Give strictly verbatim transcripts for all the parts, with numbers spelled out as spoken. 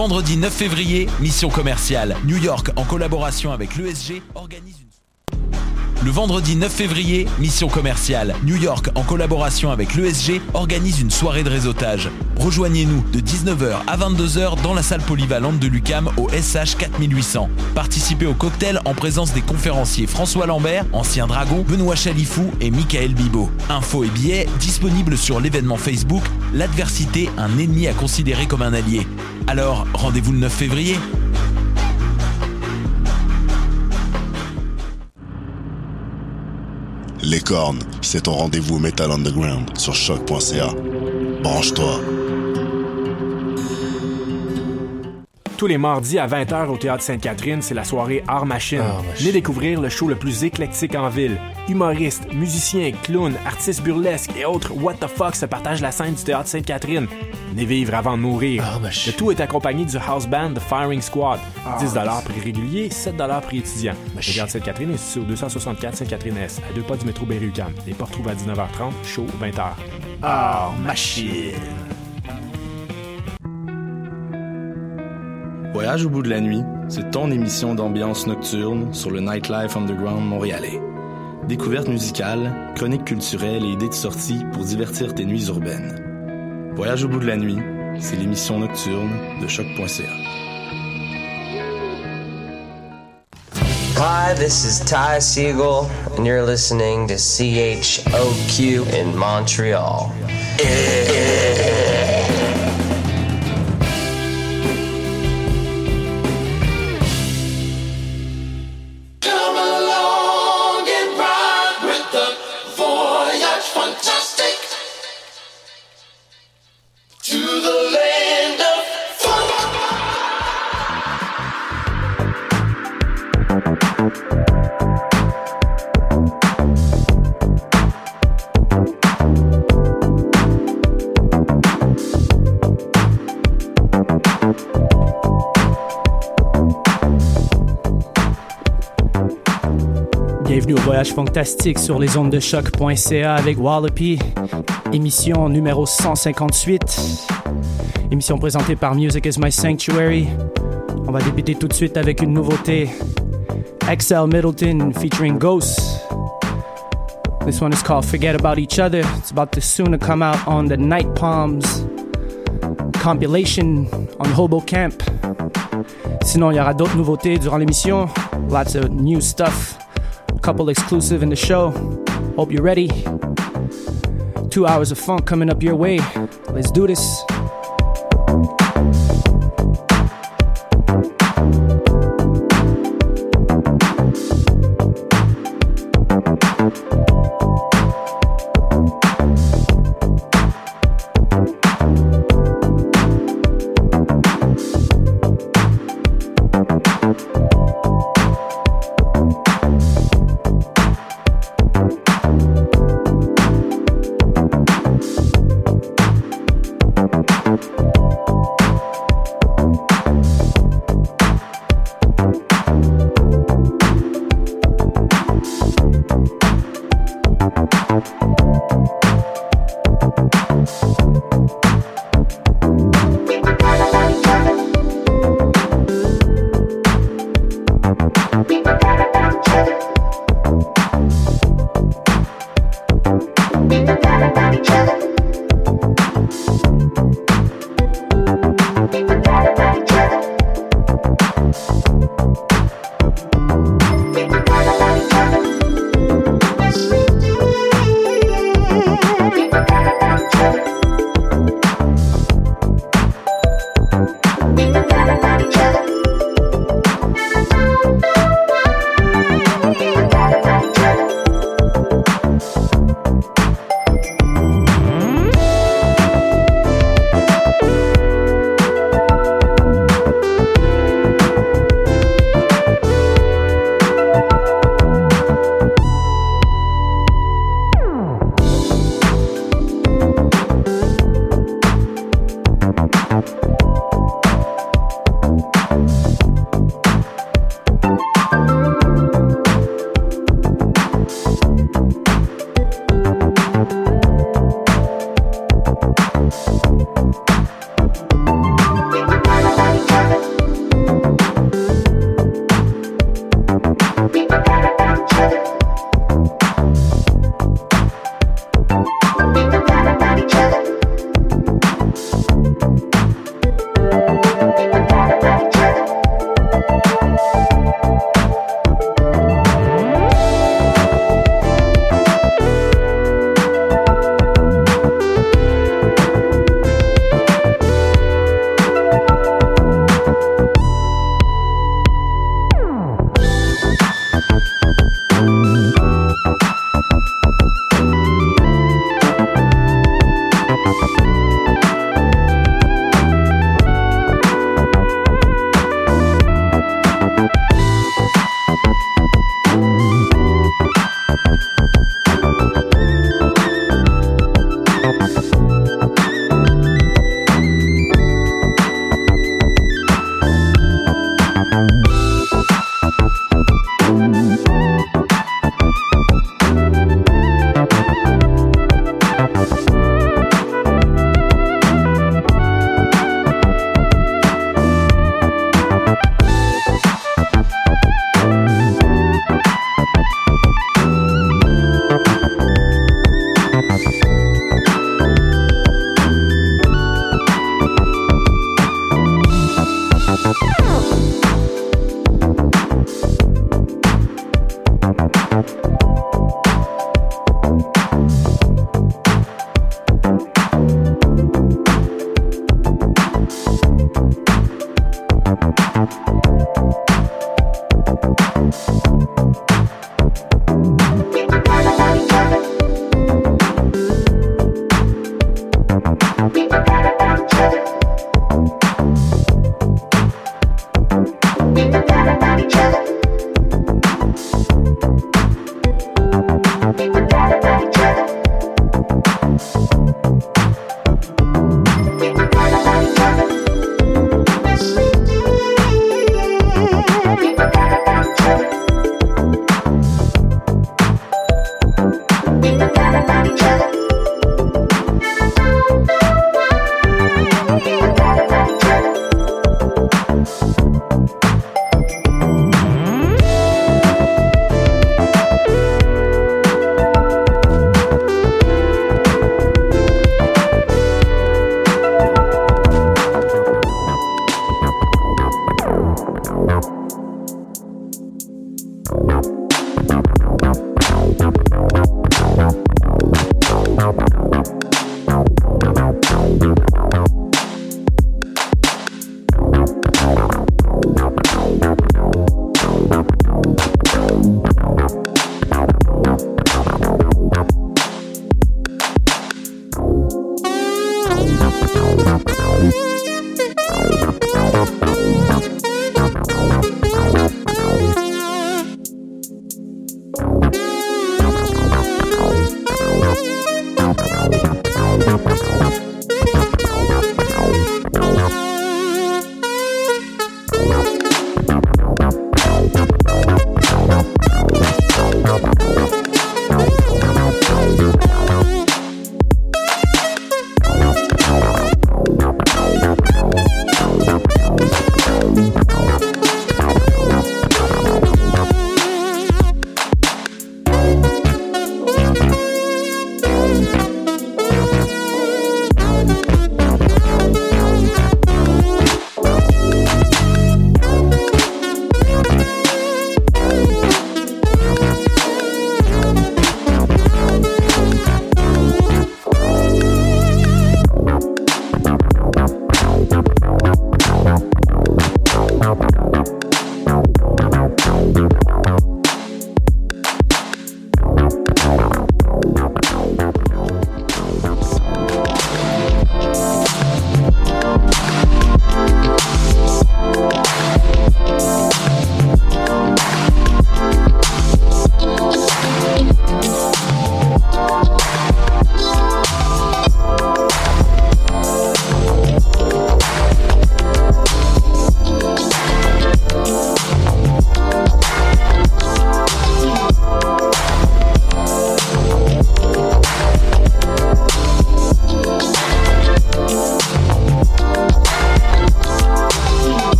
vendredi neuf février, mission commerciale. New York, en collaboration avec l'E S G, organise une... Le vendredi neuf février, mission commerciale. New York, en collaboration avec l'E S G, organise une soirée de réseautage. Rejoignez-nous de dix-neuf heures à vingt-deux heures dans la salle polyvalente de l'U Q A M au S H quatre mille huit cents. Participez au cocktail en présence des conférenciers François Lambert, ancien dragon, Benoît Chalifou et Michael Bibo. Infos et billets disponibles sur l'événement Facebook « L'adversité, un ennemi à considérer comme un allié ». Alors, rendez-vous le neuf février. Les Cornes, c'est ton rendez-vous Metal Underground sur choc point c a. Branche-toi. Tous les mardis à vingt heures au Théâtre Sainte-Catherine, c'est la soirée Art Machine. Oh, Venez découvrir le show le plus éclectique en ville. Humoristes, musiciens, clowns, artistes burlesques et autres what the fuck se partagent la scène du Théâtre Sainte-Catherine. Venez vivre avant de mourir. Oh, le tout est accompagné du house band The Firing Squad. dix dollars prix régulier, sept dollars prix étudiant. Le Théâtre Sainte-Catherine est situé au deux cent soixante-quatre Sainte-Catherine-Est, à deux pas du métro Berry-U Q A M. Les portes trouvent à dix-neuf heures trente, show vingt heures. Art Machine. Voyage au bout de la nuit, c'est ton émission d'ambiance nocturne sur le Nightlife Underground montréalais. Découvertes musicales, chroniques culturelles et idées de sortie pour divertir tes nuits urbaines. Voyage au bout de la nuit, c'est l'émission nocturne de choc point c a. Hi, this is Ty Siegel, and you're listening to C H O Q in Montreal. Bienvenue au Voyage Fantastique sur les ondes de choc point c a avec Wallopy, émission numéro cent cinquante-huit, émission présentée par Music is My Sanctuary. On va débuter tout de suite avec une nouveauté, X L Middleton featuring Ghost. This one is called Forget About Each Other. It's about to soon to come out on the Night Palms compilation on Hobo Camp. Sinon, il y aura d'autres nouveautés durant l'émission, lots of new stuff. Couple exclusive in the show. Hope you're ready. Two hours of funk coming up your way. Let's do this.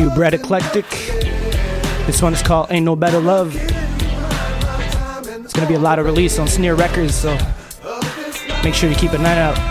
you, Brad Eclectic. This one is called Ain't No Better Love. It's gonna be a lot of release on Sneer Records, so make sure you keep an eye out.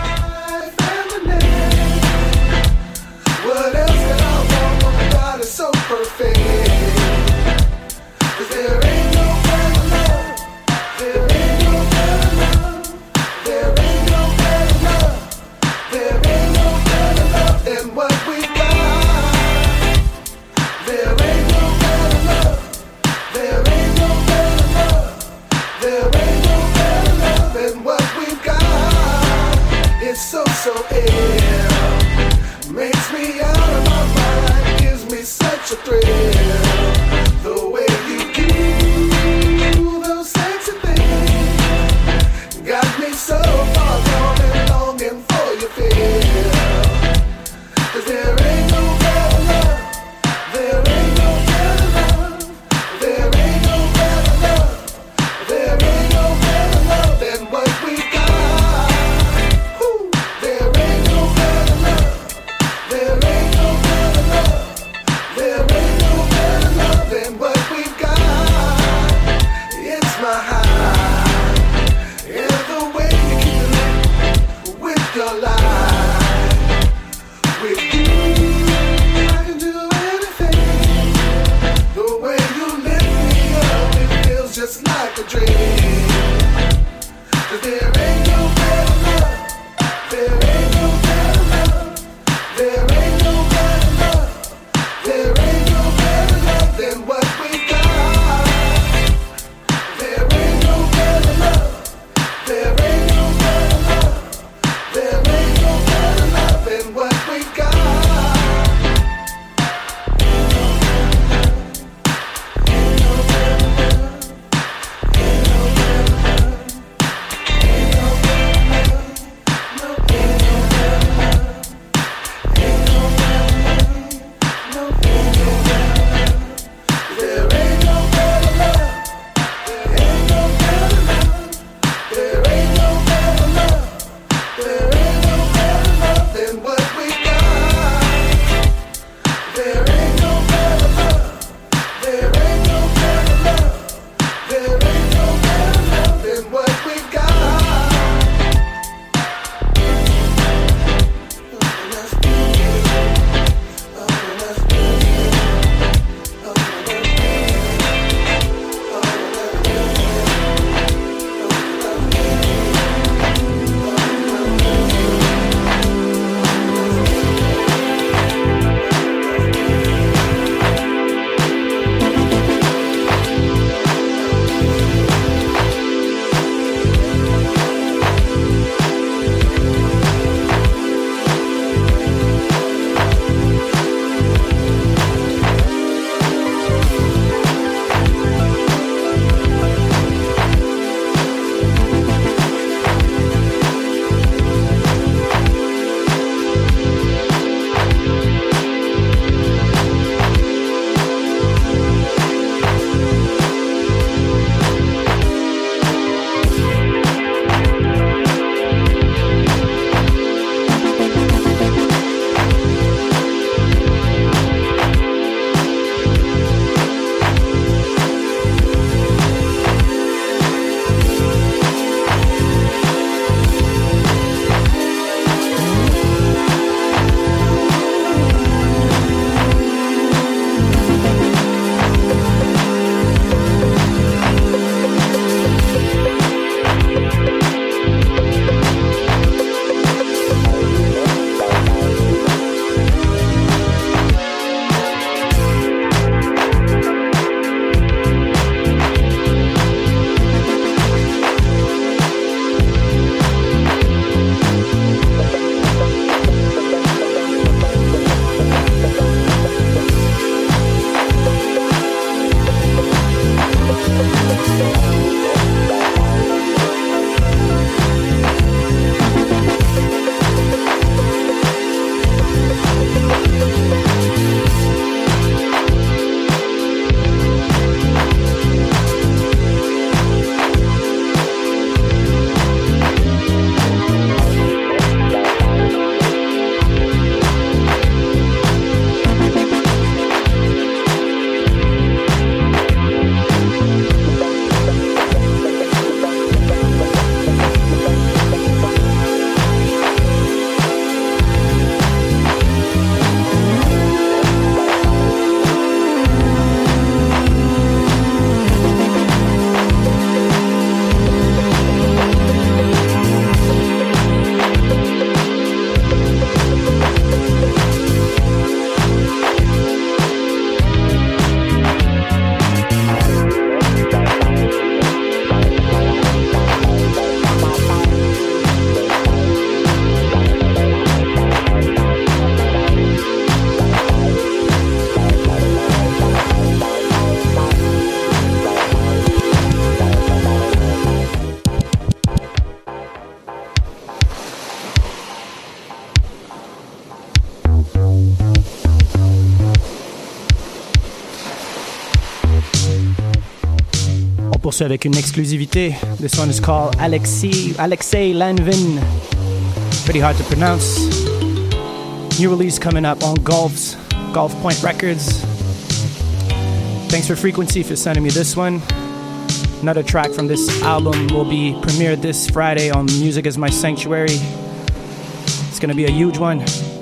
poursuit avec une exclusivité. This one is called Alexei, Alexei Lanvin. Pretty hard to pronounce. New release coming up on Golf's, Golf Point Records. Thanks for Frequency for sending me this one. Another track from this album will be premiered this Friday on Music Is My Sanctuary. It's gonna be a huge one.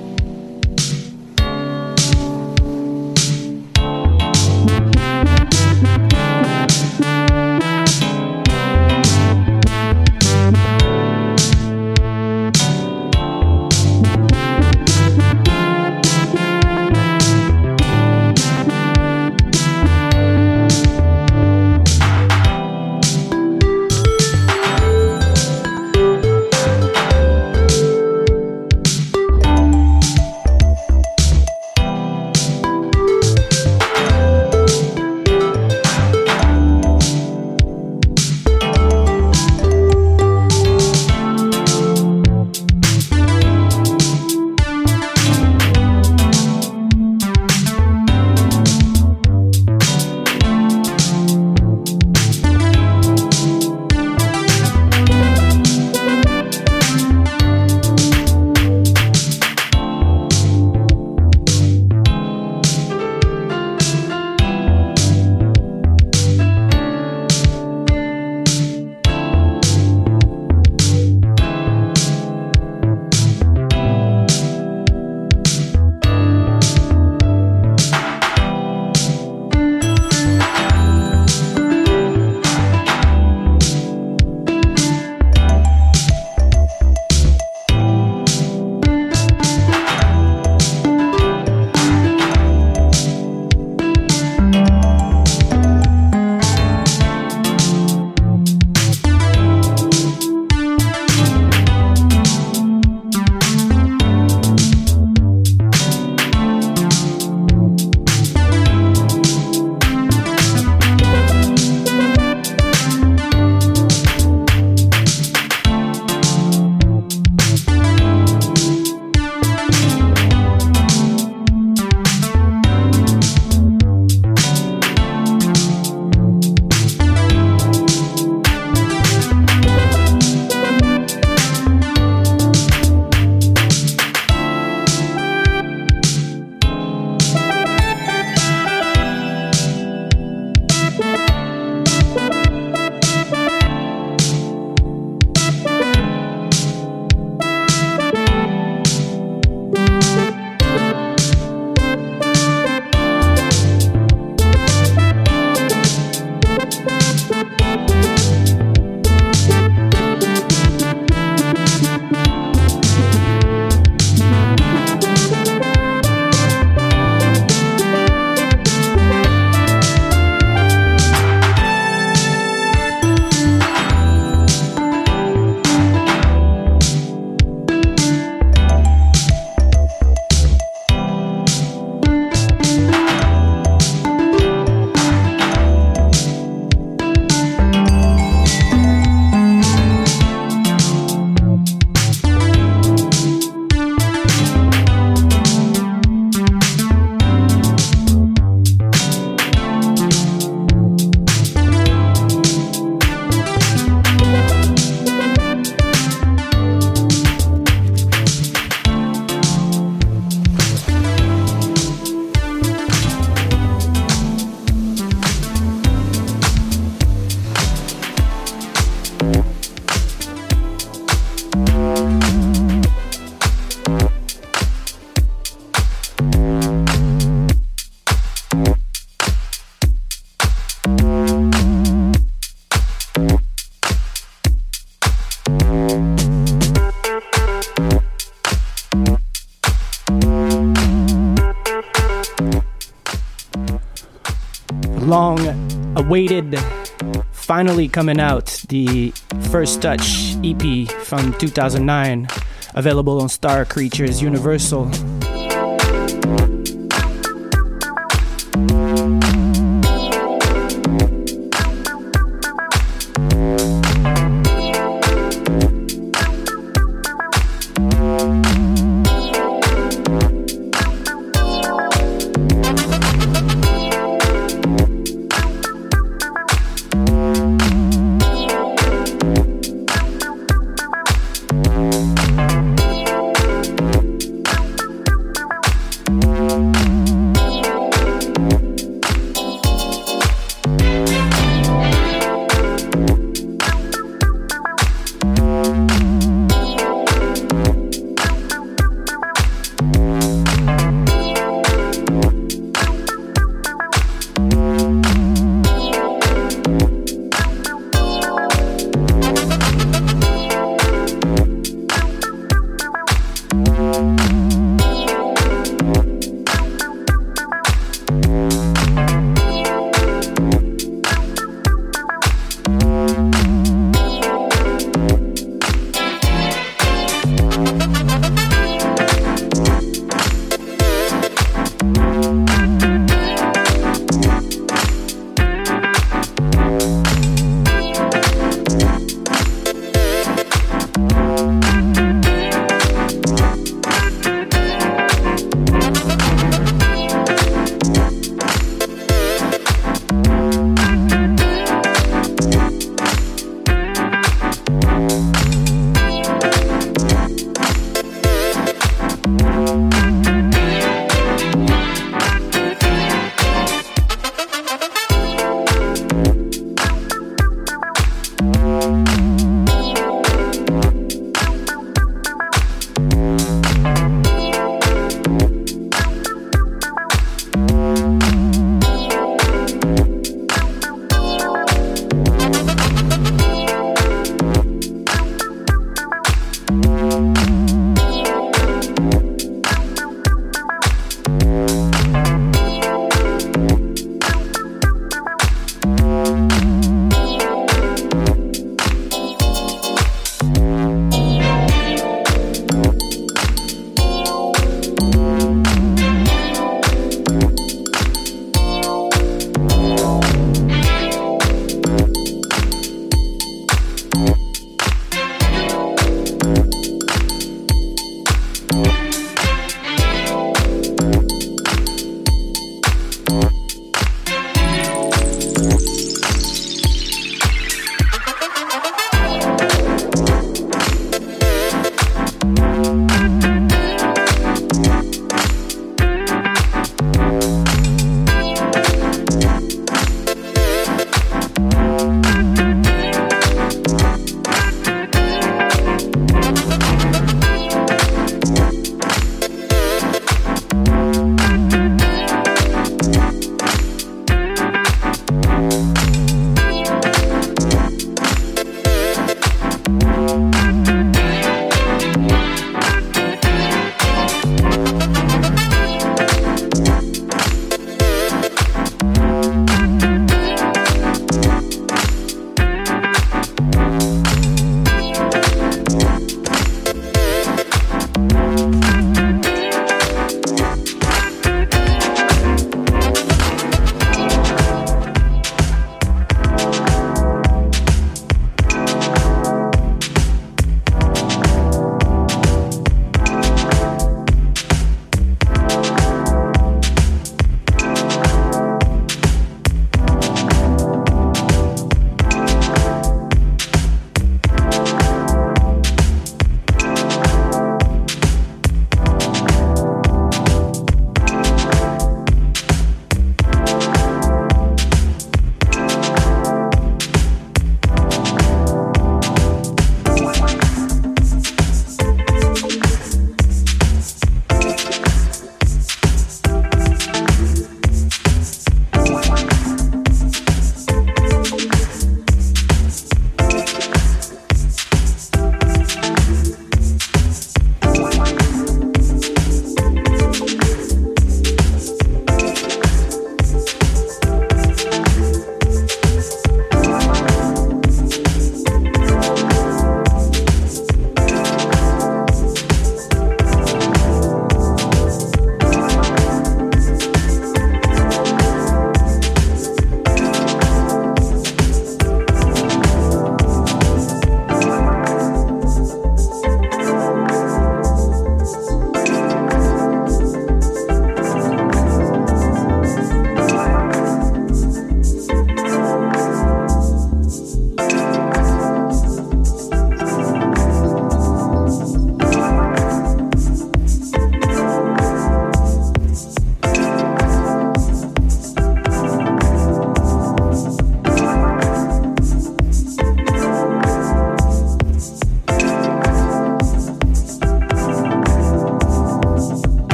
long awaited, finally coming out, the First Touch E P from two thousand nine, available on Star Creatures Universal.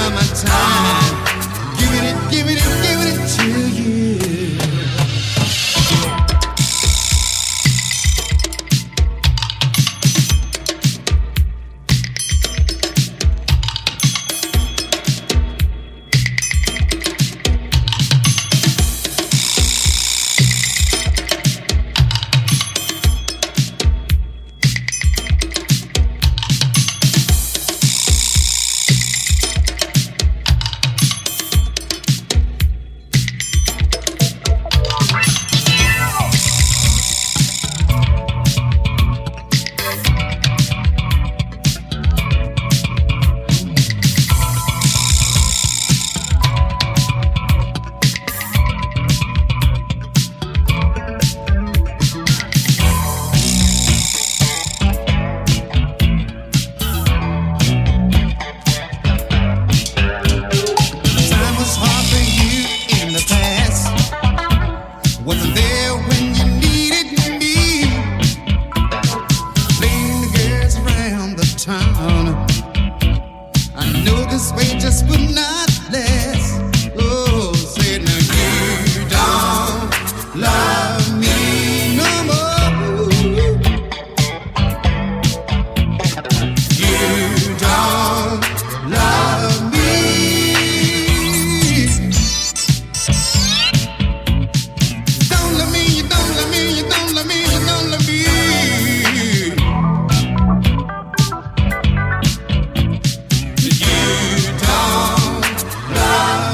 all my time, giving it, giving it, giving it to you. Love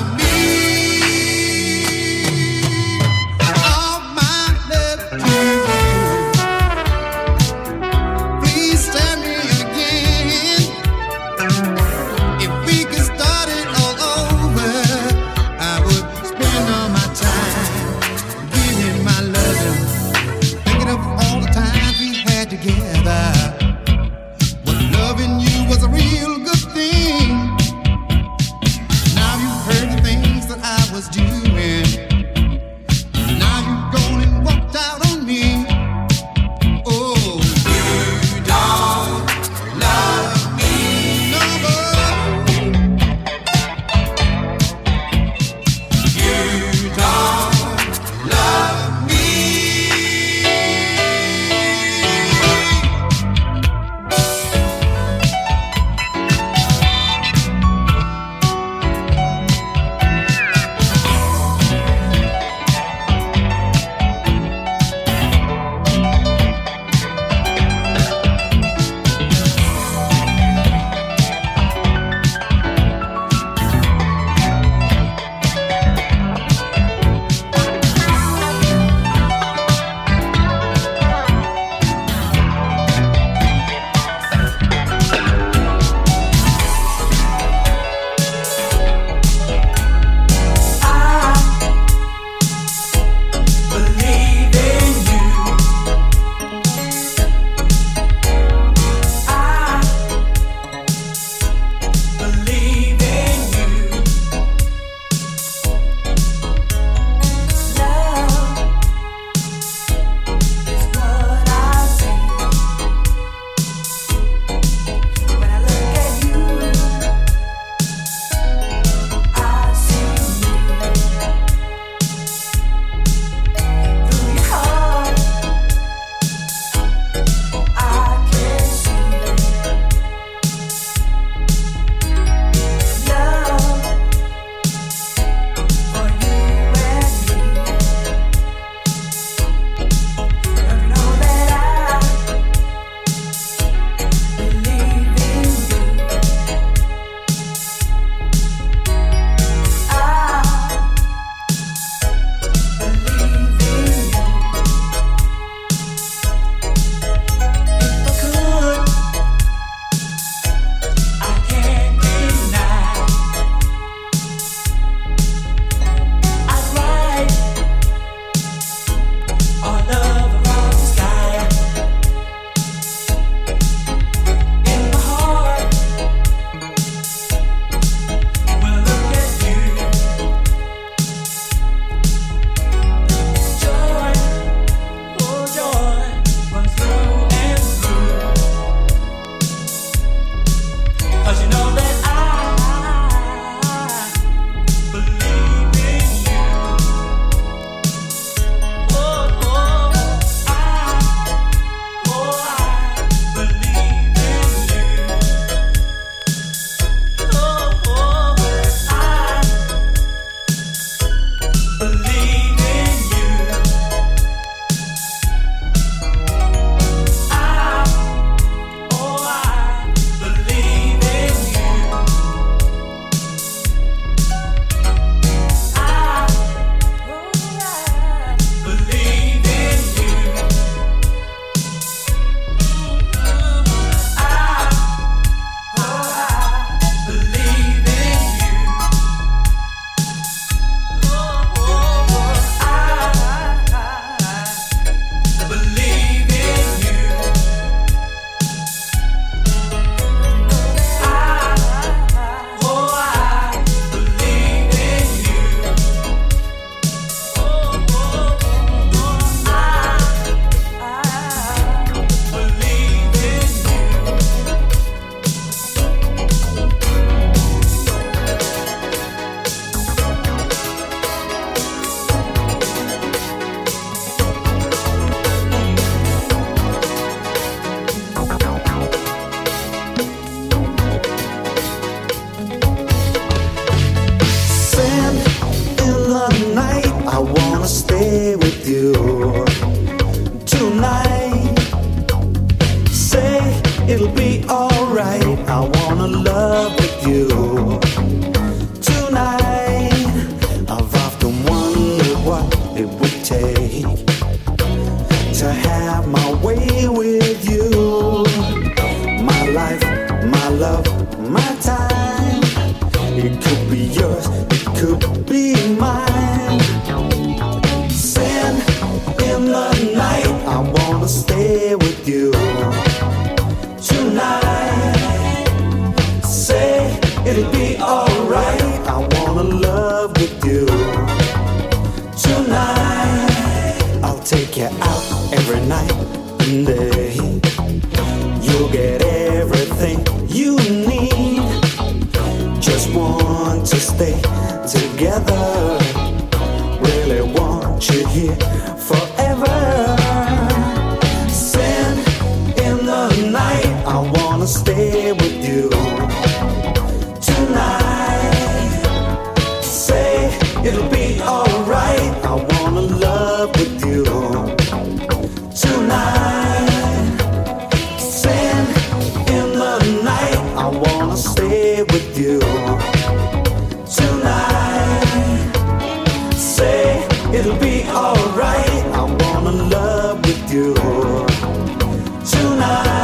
it'll be alright. I wanna love with you tonight. I'll take you out every night and day. You'll get everything you need. Just want to stay together. Really want you here forever. Send in the night. I wanna stay with you tonight. Say it'll be alright. I wanna love with you tonight. Send in the night. I wanna stay with you tonight. Say it'll be alright. I wanna love with you tonight.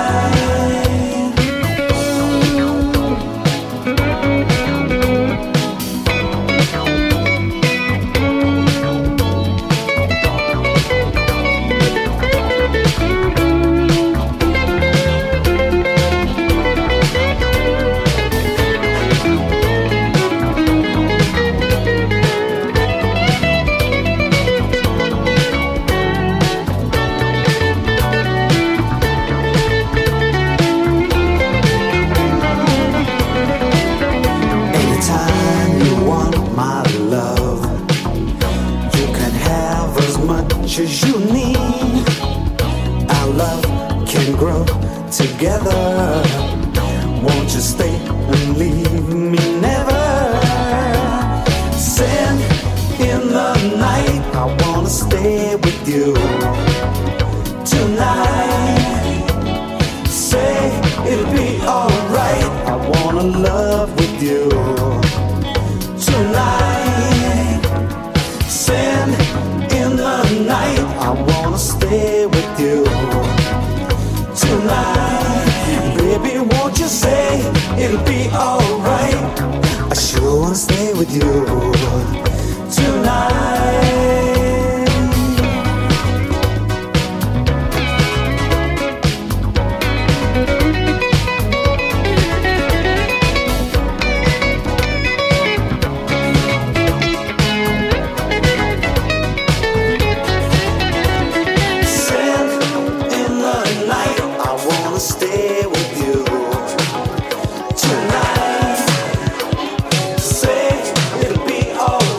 As you need, our love can grow together. Won't you stay and leave me never? Send in the night. I wanna stay with you tonight. Say it'll be alright. I wanna love with you tonight. Send in the night. I wanna stay with you tonight. Baby, won't you say it'll be alright? I sure wanna stay with you tonight. Stay with you tonight. Say it'll be alright.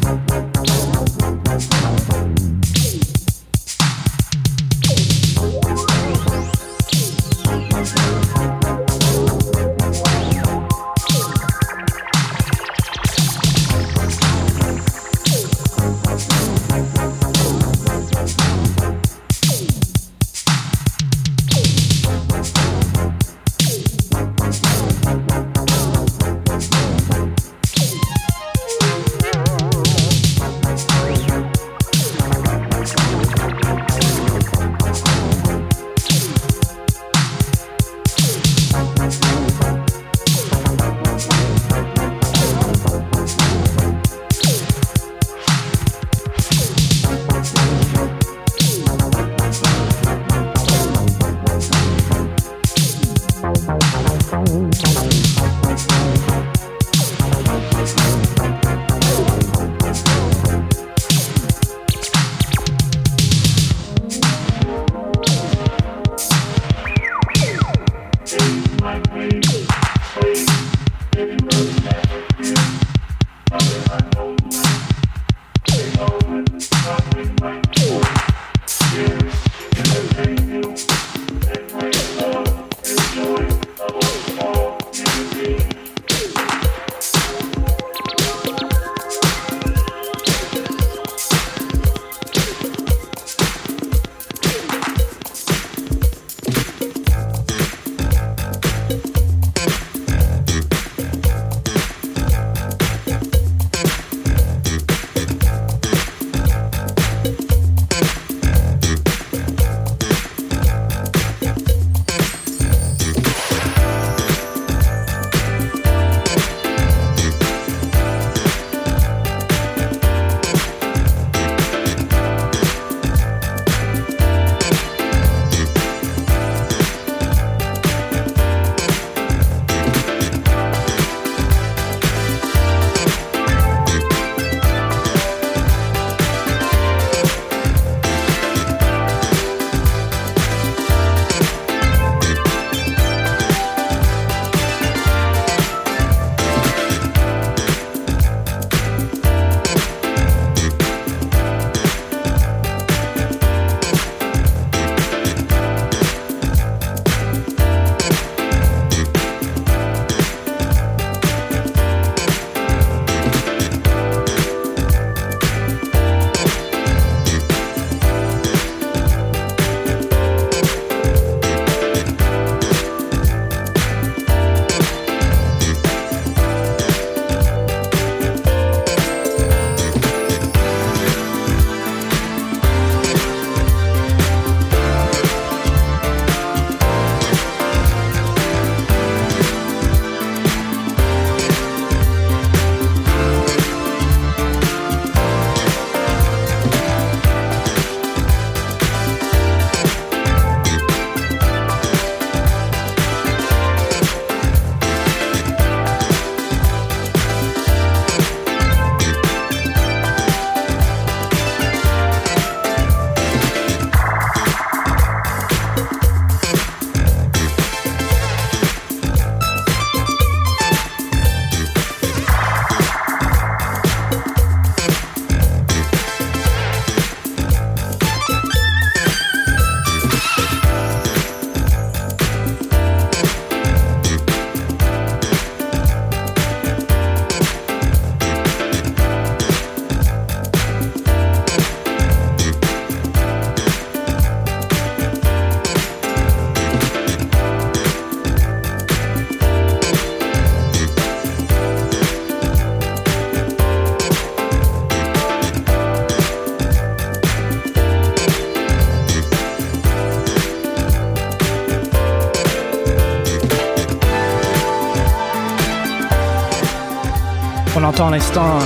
On entend à l'instant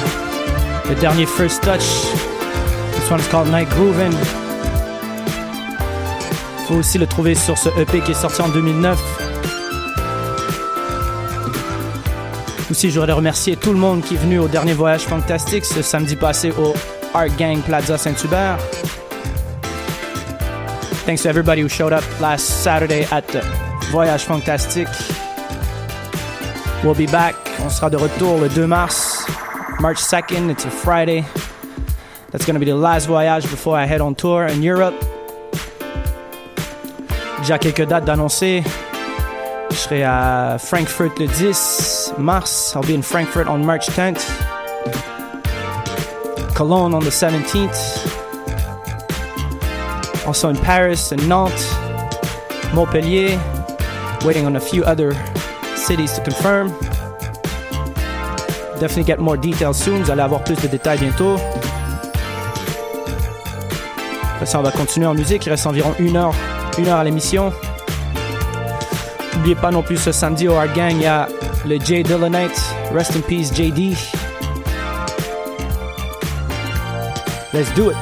le dernier First Touch. This one's called Night Groovin'. Faut aussi le trouver sur ce E P qui est sorti en deux mille neuf. Aussi, je voudrais remercier tout le monde qui est venu au dernier Voyage Fantastique ce samedi passé au Art Gang Plaza Saint-Hubert. Thanks to everybody who showed up last Saturday at the Voyage Fantastique. We'll be back. On sera de retour le deux mars March second, it's a Friday. That's going to be the last voyage before I head on tour in Europe. Déjà quelques dates d'annoncer. Je serai à Frankfurt le dix mars. I'll be in Frankfurt on March tenth. Cologne on the seventeenth. Also in Paris and Nantes, Montpellier. Waiting on a few other cities to confirm. Definitely get more details soon. Vous allez avoir plus de détails bientôt. Après ça, on va continuer en musique. Il reste environ une heure, une heure à l'émission. N'oubliez pas non plus ce samedi au Art Gang, il y a le J Dillonite. Rest in peace, J D. Let's do it.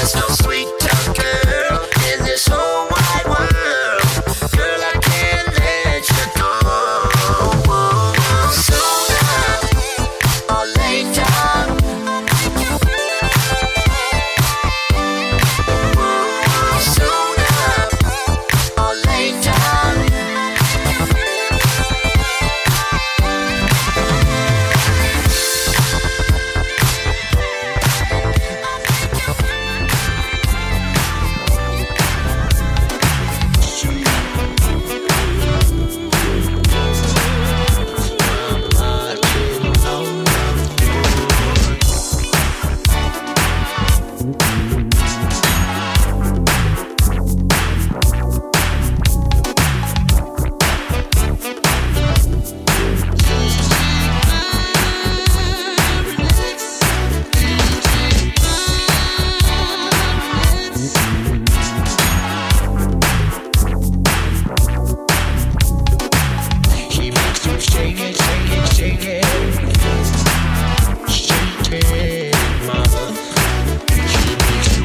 Shake it, mama. She makes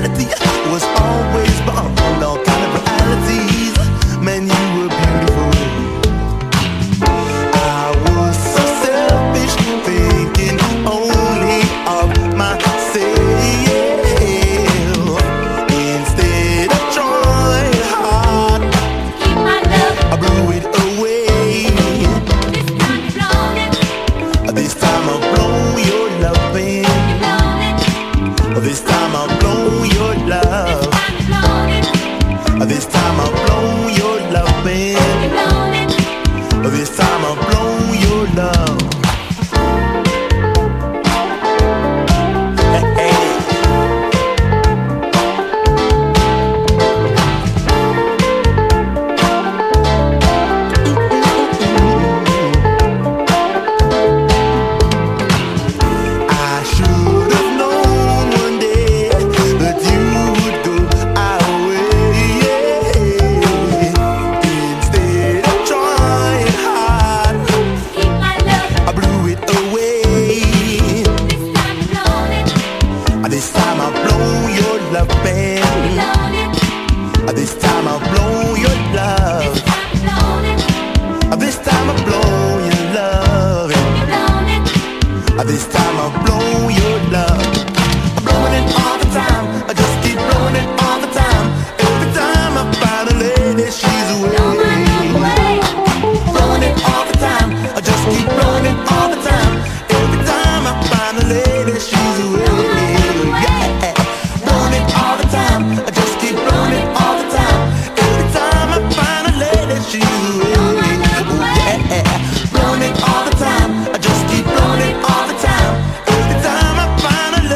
reality was always beyond all kind of realities. Man, you were beautiful. I was so selfish, thinking only of myself. Instead of trying hard, keep my love, I blew it away. This time I've blown your loving. This time I've blown your love. This time I've blown your loving. This time I've blown your love. This time I've blown your love. This time I've blown your love. This time I've blown your love. I'm blowing it all the time. I just keep blowing it all the time. Every time I find a lady, she's away. Blowing it all the time. I just keep blowing it all the time. Every time I find a lady, she's away. Yeah. Blowing it all the time. I just keep blowing it all the time. Every time I find a lady, she's away. Yeah. Blowing it all the time. I just keep blowing it all the time. Every time I find a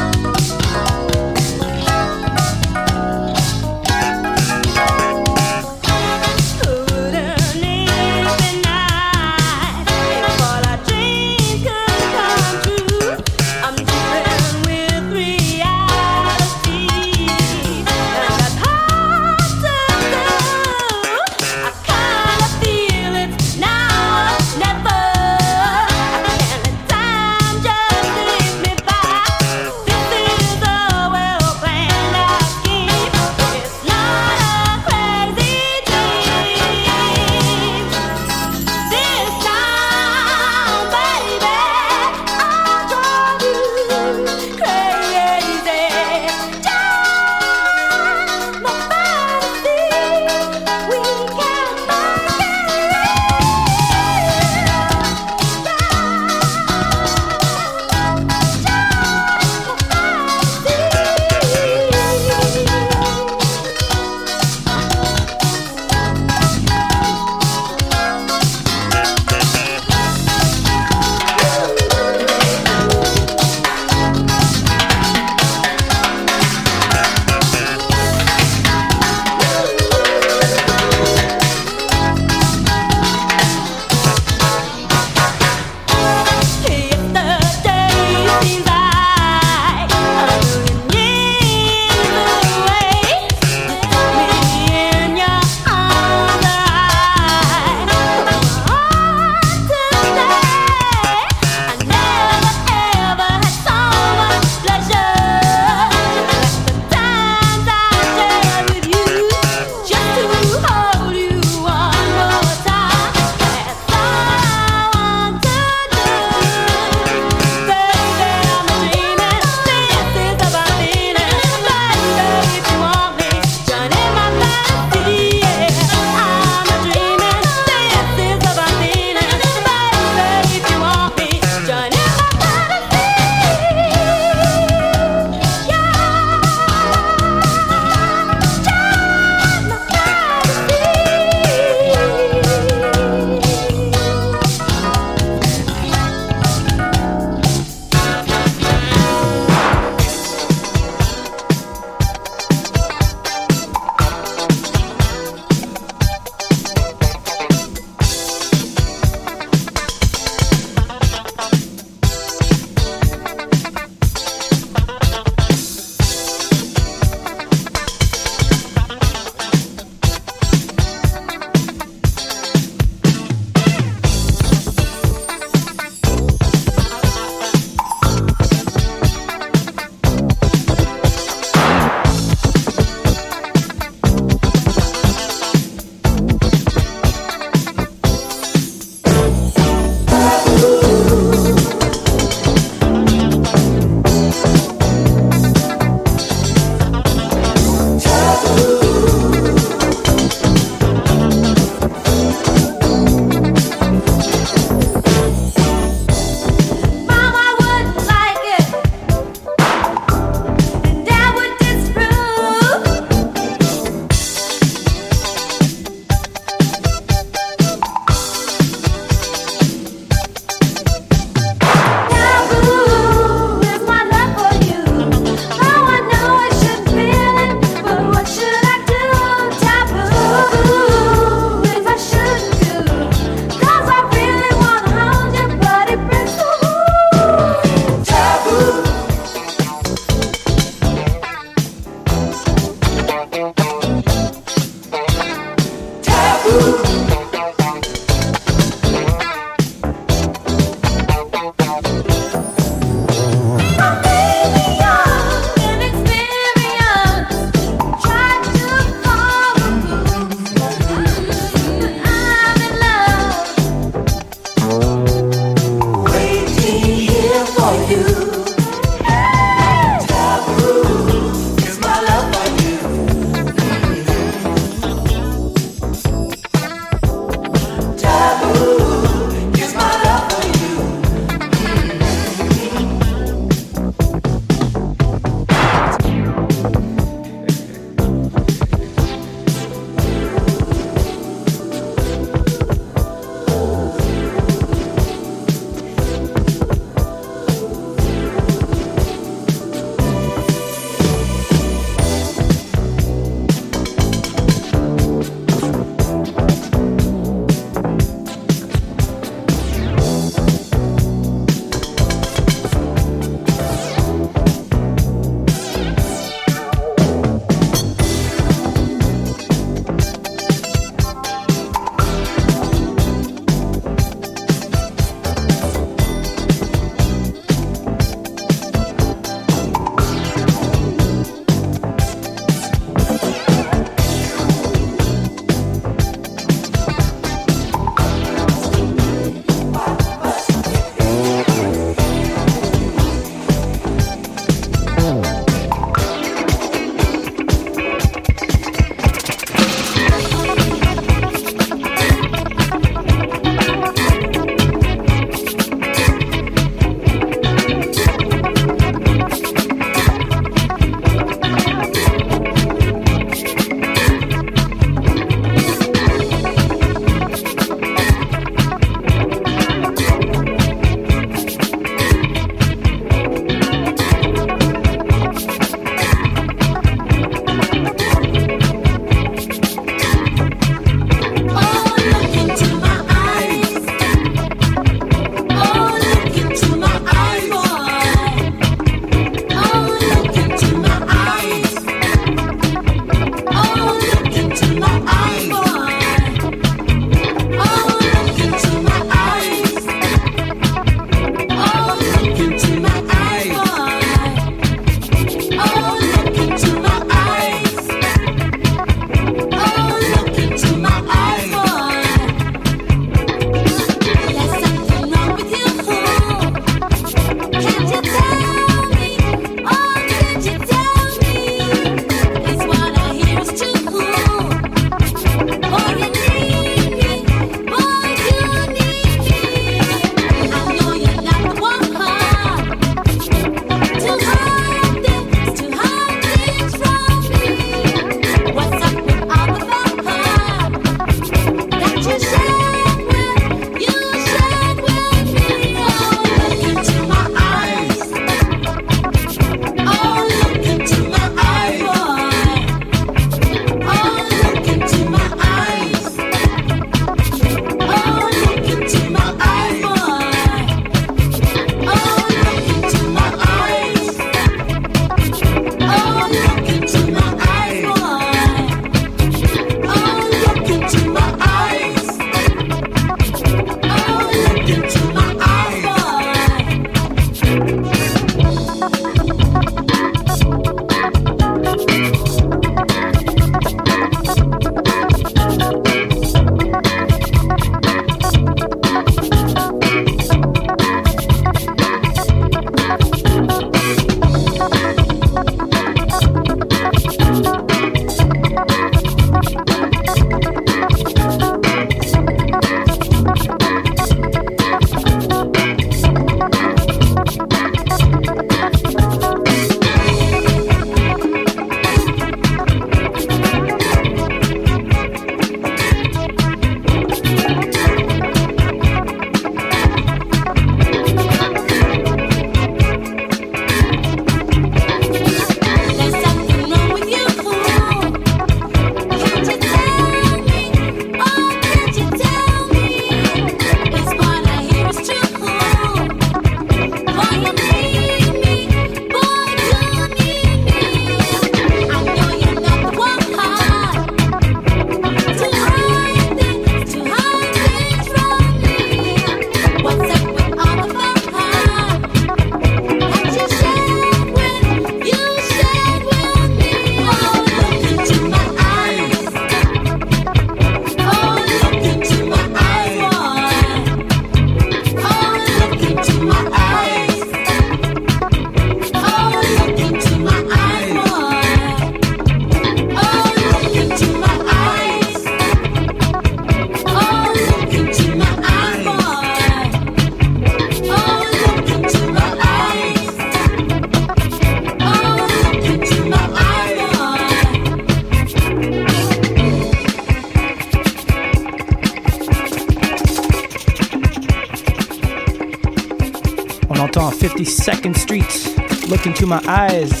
fifty-second Street. Look into my eyes.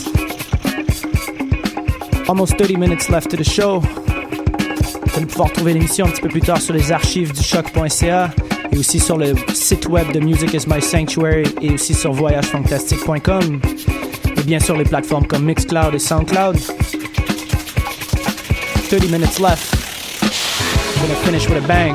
Almost thirty minutes left to the show. Vous allez pouvoir trouver l'émission un petit peu plus tard sur les archives du choc point c a et aussi sur le site web de Music is My Sanctuary et aussi sur voyage fantastique point com et bien sûr les plateformes comme Mixcloud et Soundcloud. thirty minutes left. I'm gonna finish with a bang.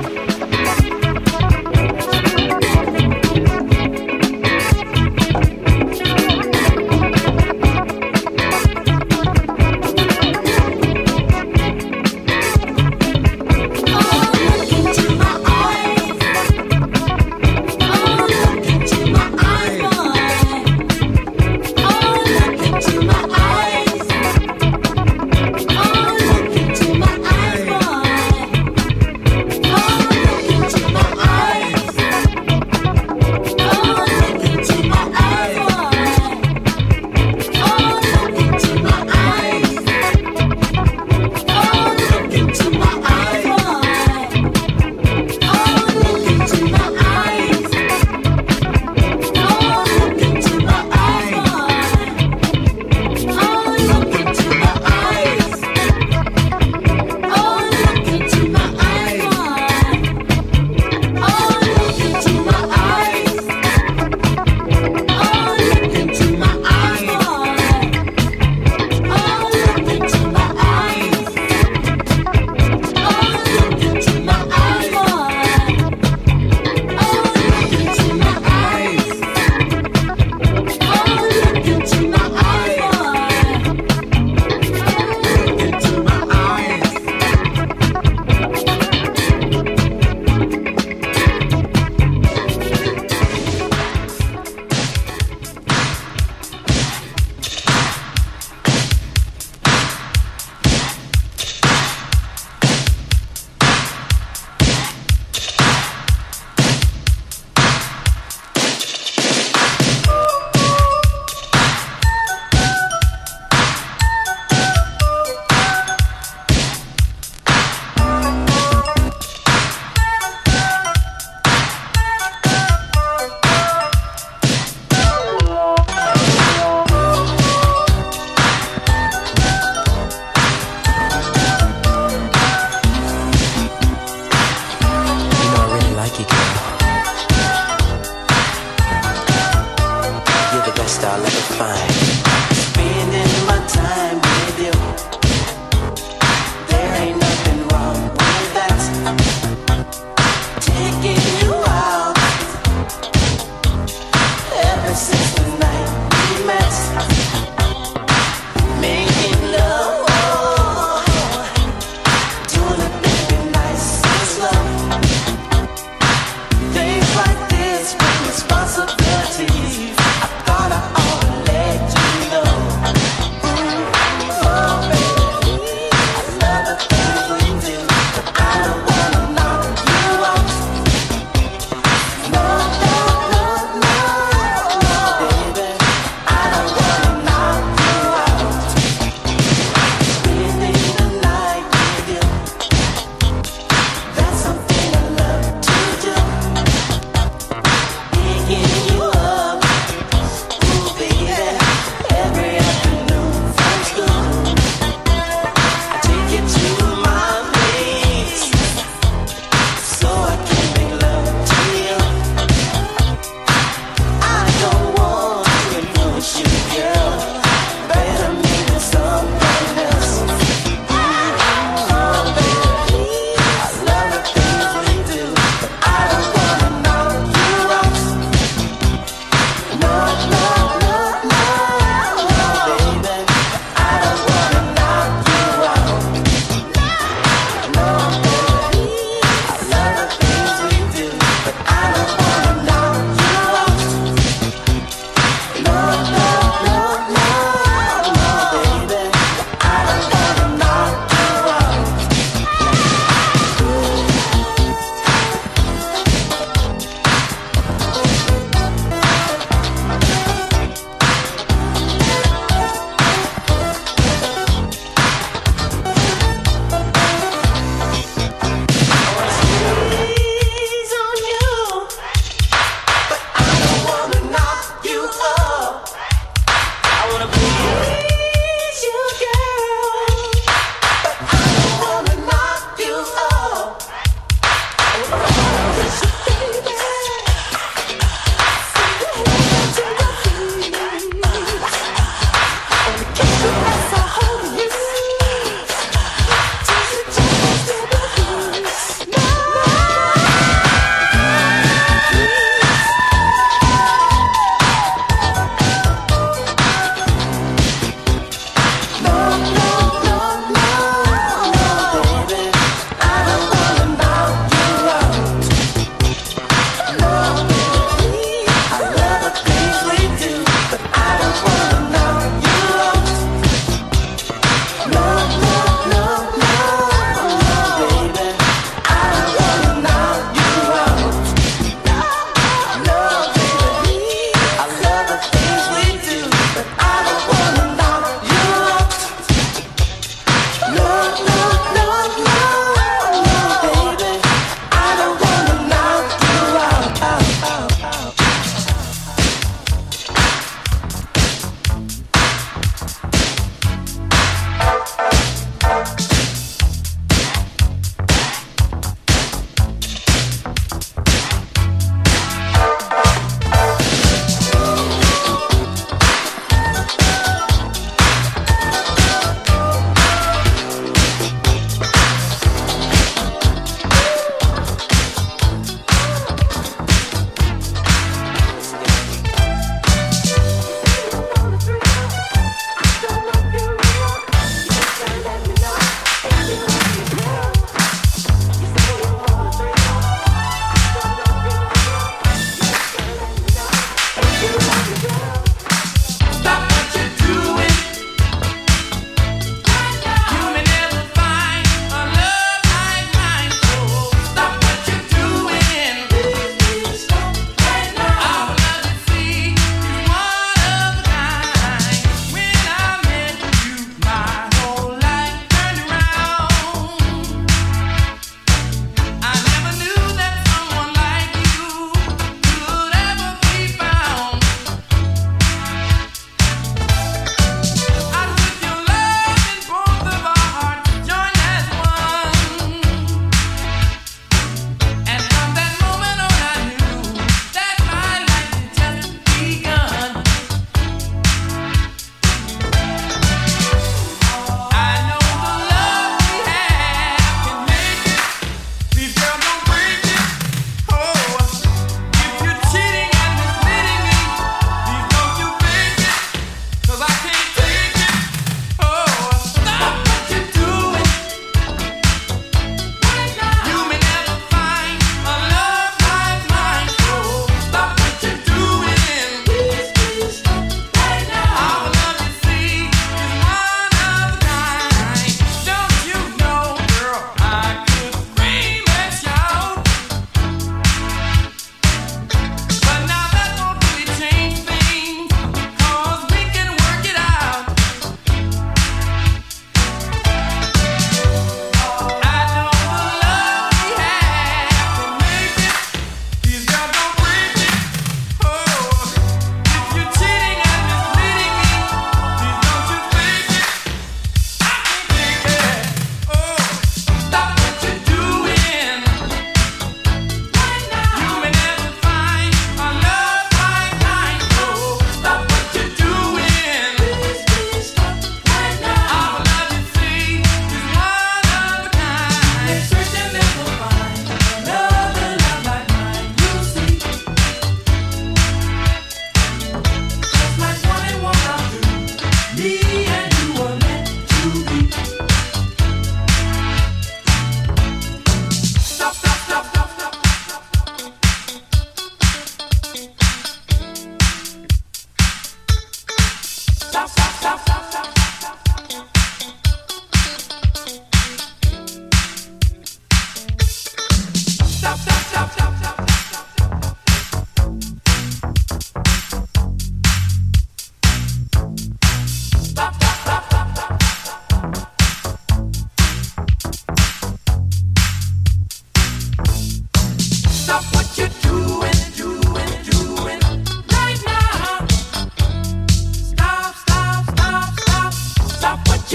Into my eyes, boy.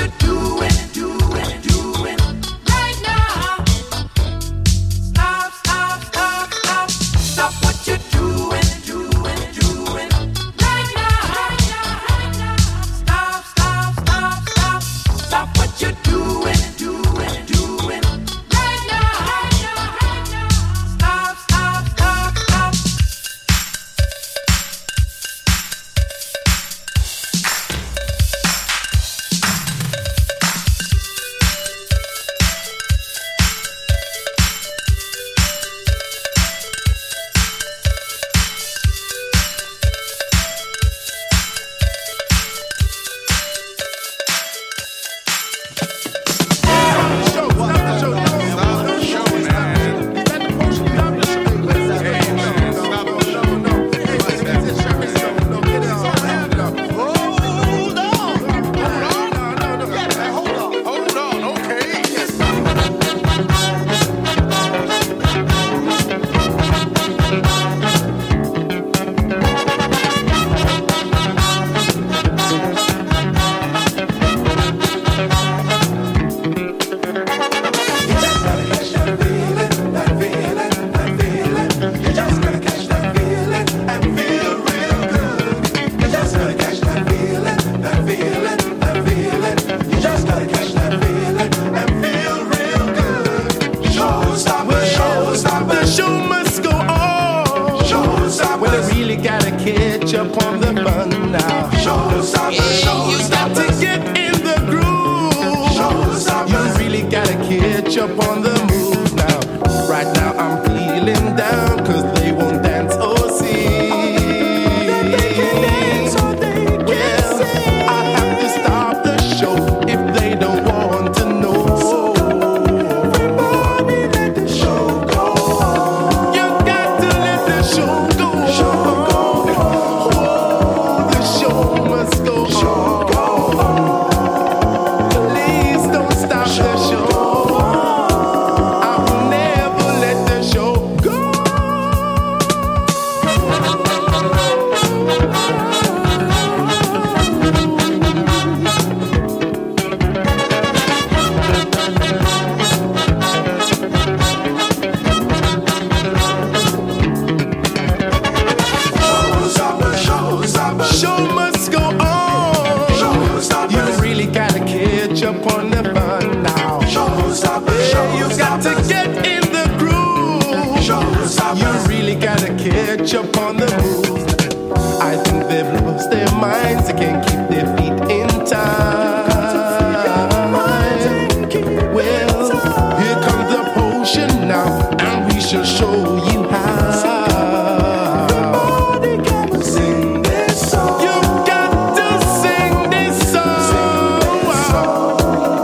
Sing this song.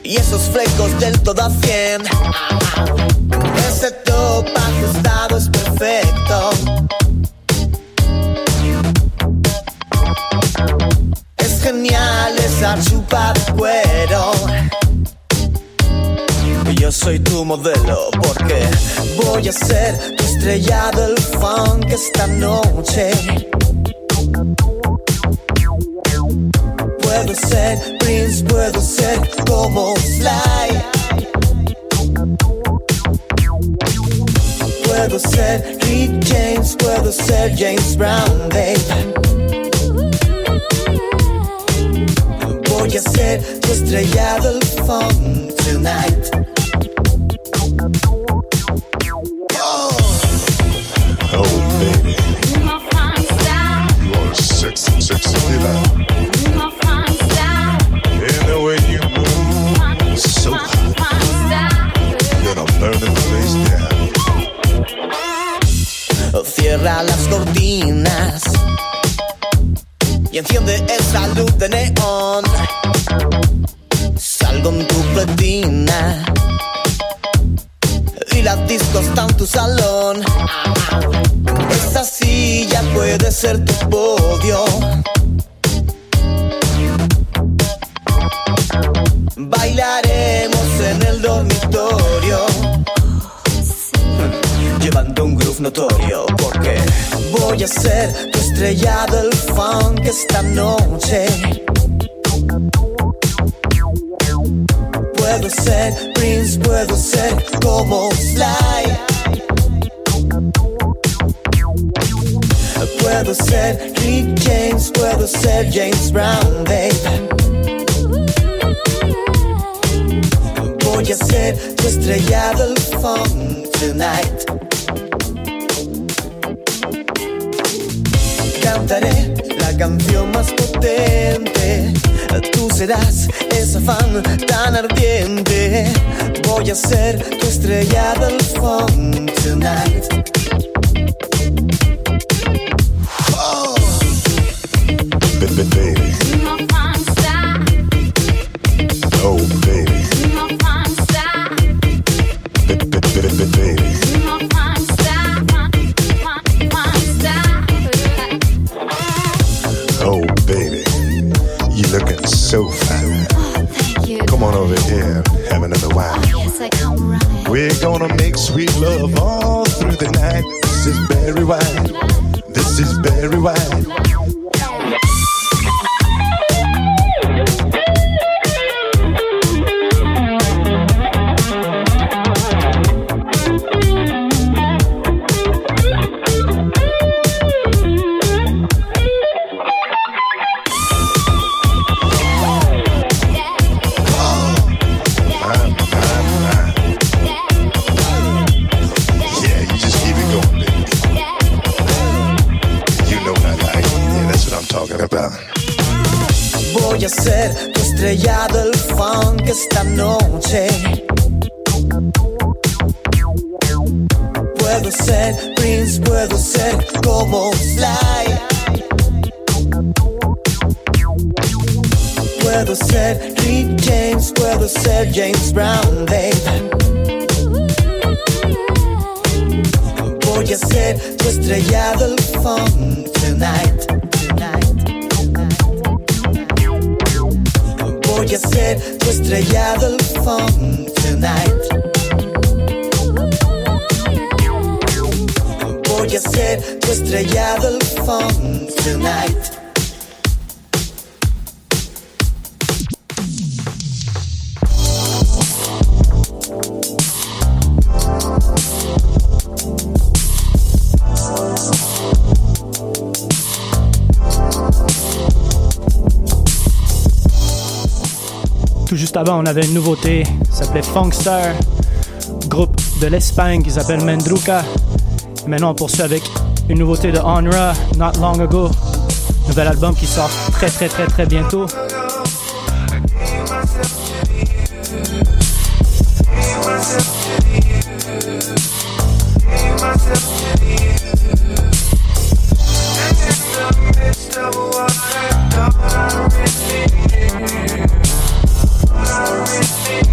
y esos flecos del todo a cien. Ese top ajustado es perfecto. Es genial esa chupa de cuero. Yo soy tu modelo porque voy a ser tu estrella del funk esta noche. Puedo ser Prince, puedo ser como Sly. Puedo ser Rick James, puedo ser James Brown, babe. Voy a ser tu estrella del funk tonight. Oh, baby. You are sexy, sexy delight. And the way you move, so hot. You're gonna burn the place down. Cierra las cortinas y enciende esa luz de neón. Salgo en tu platina y la disco está en tu salón. Esa silla puede ser tu podio. Bailaremos en el dormitorio, llevando un groove notorio, porque voy a ser tu estrella del funk esta noche. Puedo ser Prince, puedo ser como Sly. Puedo ser Rick James, puedo ser James Brown, babe. Voy a ser tu estrella del funk tonight. Cantaré la canción más potente. Tú serás esa fan tan ardiente. Voy a ser tu estrella del funk tonight. Oh. Baby, baby. Oh, baby. Baby, baby, baby. Oh, baby, you looking so fine. Oh, thank you. Come on over here, have another wine. Oh, yes, I come running. We're gonna make sweet love all through the night. This is Barry White. This is Barry White. Voy a ser tu estrella del funk esta noche. Puedo ser Prince, puedo ser como Sly. Puedo ser Rick James, puedo ser James Brown, babe. Voy a ser tu estrella del funk tonight. Voy a ser tu estrella del funk tonight. Voy a ser tu estrella del funk tonight. Tout juste avant, on avait une nouveauté, ça s'appelait Funkstar, groupe de l'Espagne qui s'appelle Mendruca. Et maintenant, on poursuit avec une nouveauté de Onra, Not Long Ago, nouvel album qui sort très très très très bientôt. What I really need.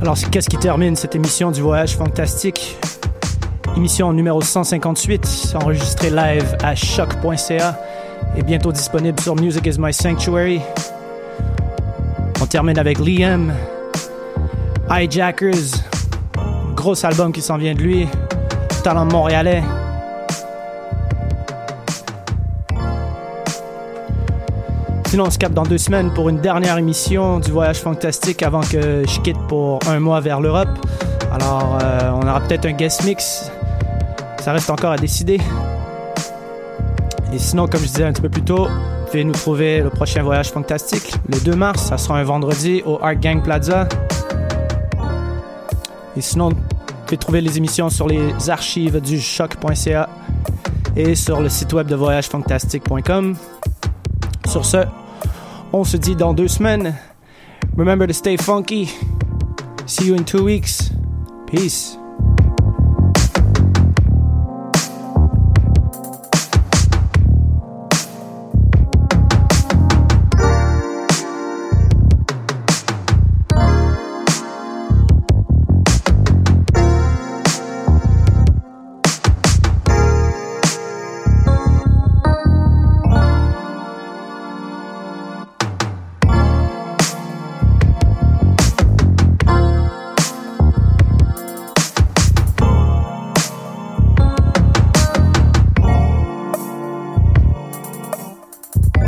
Alors, qu'est-ce qui termine cette émission du Voyage Fantastique? Émission numéro cent cinquante-huit, enregistrée live à choc point c a et bientôt disponible sur Music is My Sanctuary. On termine avec Liam, Hijackers, gros album qui s'en vient de lui, talent montréalais. Sinon, on se capte dans deux semaines pour une dernière émission du Voyage Fantastique avant que je quitte pour un mois vers l'Europe. Alors, euh, on aura peut-être un guest mix. Ça reste encore à décider. Et sinon, comme je disais un petit peu plus tôt, vous pouvez nous trouver le prochain Voyage Fantastique le deux mars. Ça sera un vendredi au Art Gang Plaza. Et sinon, vous pouvez trouver les émissions sur les archives du choc point c a et sur le site web de voyage fantastique point com. Sur ce, on se dit dans deux semaines. Remember to stay funky. See you in two weeks. Peace.